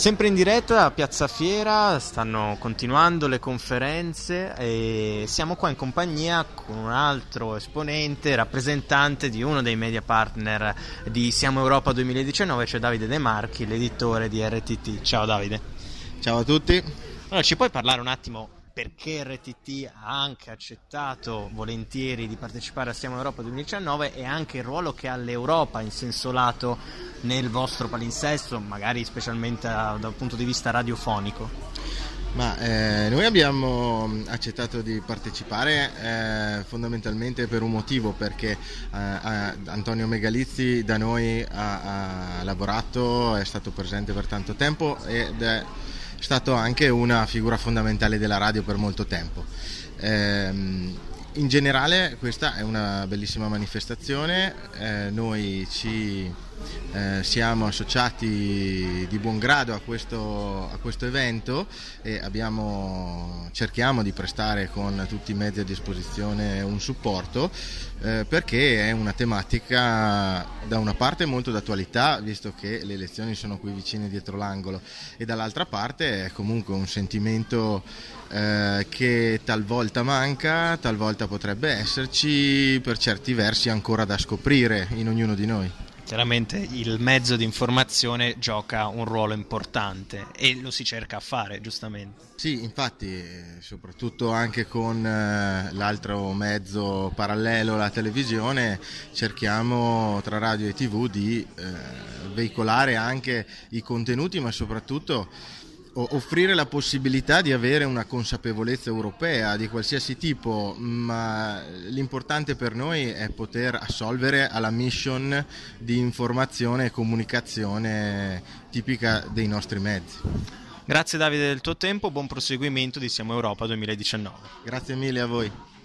Sempre in diretta a Piazza Fiera, stanno continuando le conferenze e siamo qua in compagnia con un altro esponente, rappresentante di uno dei media partner di Siamo Europa 2019, cioè Davide De Marchi, l'editore di RTT. Ciao Davide. Ciao a tutti. Allora, ci puoi parlare un attimo perché RTT ha anche accettato volentieri di partecipare a Siamo Europa 2019 e anche il ruolo che ha l'Europa in senso lato nel vostro palinsesto, magari specialmente dal punto di vista radiofonico? Noi abbiamo accettato di partecipare fondamentalmente per un motivo, perché Antonio Megalizzi da noi ha lavorato, è stato presente per tanto tempo ed è stato anche una figura fondamentale della radio per molto tempo. In generale questa è una bellissima manifestazione, noi ci siamo associati di buon grado a questo evento e cerchiamo di prestare con tutti i mezzi a disposizione un supporto, perché è una tematica da una parte molto d'attualità, visto che le elezioni sono qui vicine dietro l'angolo, e dall'altra parte è comunque un sentimento che talvolta manca, talvolta potrebbe esserci, per certi versi ancora da scoprire in ognuno di noi. Chiaramente il mezzo di informazione gioca un ruolo importante e lo si cerca a fare, giustamente. Sì, infatti, soprattutto anche con l'altro mezzo parallelo, la televisione, cerchiamo tra radio e TV di veicolare anche i contenuti, ma soprattutto offrire la possibilità di avere una consapevolezza europea di qualsiasi tipo, ma l'importante per noi è poter assolvere alla mission di informazione e comunicazione tipica dei nostri mezzi. Grazie Davide del tuo tempo, buon proseguimento di Siamo Europa 2019. Grazie mille a voi.